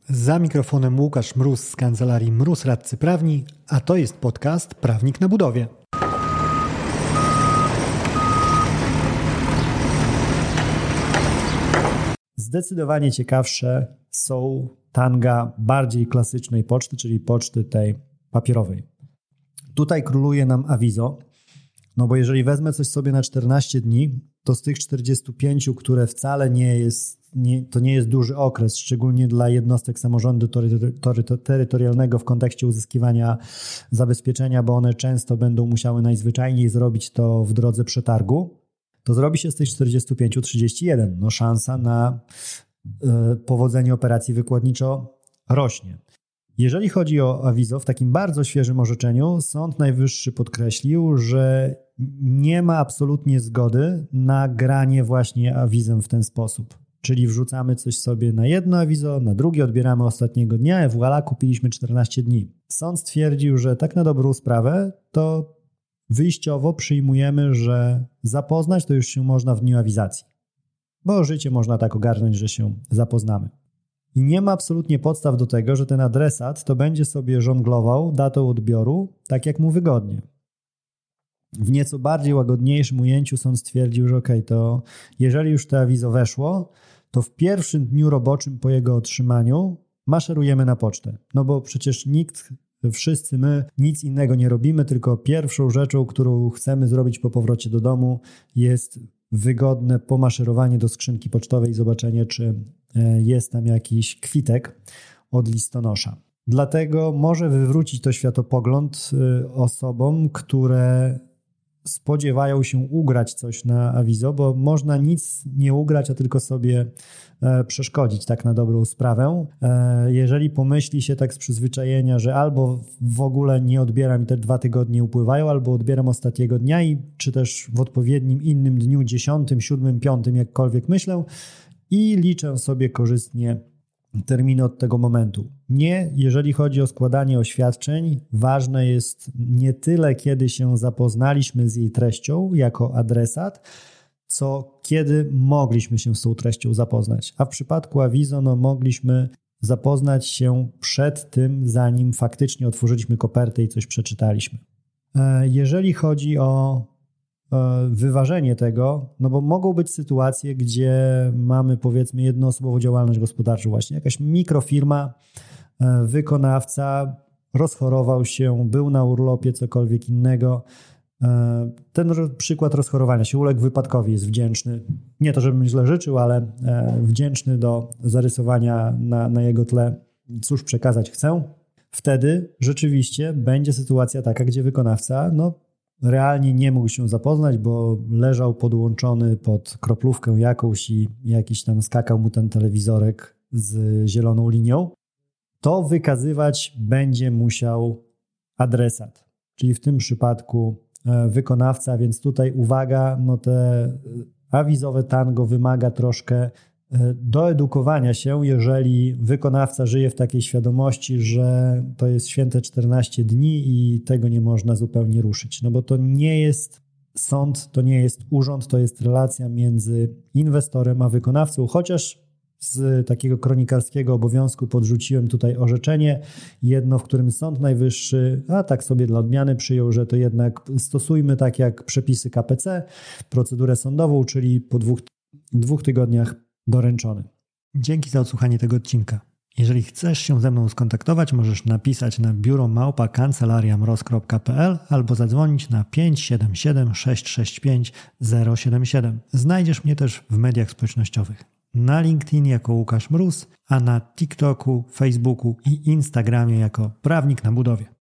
Za mikrofonem Łukasz Mróz z kancelarii Mróz Radcy Prawni, a to jest podcast Prawnik na budowie. Zdecydowanie ciekawsze są tanga bardziej klasycznej poczty, czyli poczty tej papierowej. Tutaj króluje nam awizo, no bo jeżeli wezmę coś sobie na 14 dni, to z tych 45, które wcale to nie jest duży okres, szczególnie dla jednostek samorządu terytorialnego w kontekście uzyskiwania zabezpieczenia, bo one często będą musiały najzwyczajniej zrobić to w drodze przetargu, to zrobi się z tych 45 31. No szansa na powodzenie operacji wykładniczo rośnie. Jeżeli chodzi o awizo, w takim bardzo świeżym orzeczeniu Sąd Najwyższy podkreślił, że nie ma absolutnie zgody na granie właśnie awizem w ten sposób. Czyli wrzucamy coś sobie na jedno awizo, na drugie odbieramy ostatniego dnia i voilà, kupiliśmy 14 dni. Sąd stwierdził, że tak na dobrą sprawę to wyjściowo przyjmujemy, że zapoznać to już się można w dniu awizacji. Bo życie można tak ogarnąć, że się zapoznamy. I nie ma absolutnie podstaw do tego, że ten adresat to będzie sobie żonglował datą odbioru tak jak mu wygodnie. W nieco bardziej łagodniejszym ujęciu sąd stwierdził, że to jeżeli już to awizo weszło, to w pierwszym dniu roboczym po jego otrzymaniu maszerujemy na pocztę. No bo przecież wszyscy my nic innego nie robimy, tylko pierwszą rzeczą, którą chcemy zrobić po powrocie do domu jest wygodne pomaszerowanie do skrzynki pocztowej i zobaczenie, czy jest tam jakiś kwitek od listonosza. Dlatego może wywrócić to światopogląd osobom, które spodziewają się ugrać coś na awizo, bo można nic nie ugrać, a tylko sobie przeszkodzić tak na dobrą sprawę. Jeżeli pomyśli się tak z przyzwyczajenia, że albo w ogóle nie odbieram i te 2 tygodnie upływają, albo odbieram ostatniego dnia czy też w odpowiednim innym dniu, 10, 7, 5, jakkolwiek myślę i liczę sobie korzystnie terminy od tego momentu. Nie, jeżeli chodzi o składanie oświadczeń, ważne jest nie tyle, kiedy się zapoznaliśmy z jej treścią jako adresat, co kiedy mogliśmy się z tą treścią zapoznać. A w przypadku awizo mogliśmy zapoznać się przed tym, zanim faktycznie otworzyliśmy kopertę i coś przeczytaliśmy. Jeżeli chodzi o wyważenie tego, no bo mogą być sytuacje, gdzie mamy powiedzmy jednoosobową działalność gospodarczą, właśnie jakaś mikrofirma, wykonawca rozchorował się, był na urlopie, cokolwiek innego. Ten przykład rozchorowania się, uległ wypadkowi, jest wdzięczny. Nie to, żebym źle życzył, ale wdzięczny do zarysowania na jego tle, cóż przekazać chcę. Wtedy rzeczywiście będzie sytuacja taka, gdzie wykonawca realnie nie mógł się zapoznać, bo leżał podłączony pod kroplówkę jakąś i jakiś tam skakał mu ten telewizorek z zieloną linią. To wykazywać będzie musiał adresat, czyli w tym przypadku wykonawca, więc tutaj uwaga, te awizowe tango wymaga troszkę doedukowania się, jeżeli wykonawca żyje w takiej świadomości, że to jest święte 14 dni i tego nie można zupełnie ruszyć. No bo to nie jest sąd, to nie jest urząd, to jest relacja między inwestorem a wykonawcą, chociaż z takiego kronikarskiego obowiązku podrzuciłem tutaj orzeczenie, jedno, w którym Sąd Najwyższy, a tak sobie dla odmiany przyjął, że to jednak stosujmy tak jak przepisy KPC, procedurę sądową, czyli po 2 tygodniach doręczony. Dzięki za odsłuchanie tego odcinka. Jeżeli chcesz się ze mną skontaktować, możesz napisać na biuro@kancelariamroz.pl albo zadzwonić na 577 665 077. Znajdziesz mnie też w mediach społecznościowych. Na LinkedIn jako Łukasz Mróz, a na TikToku, Facebooku i Instagramie jako Prawnik na budowie.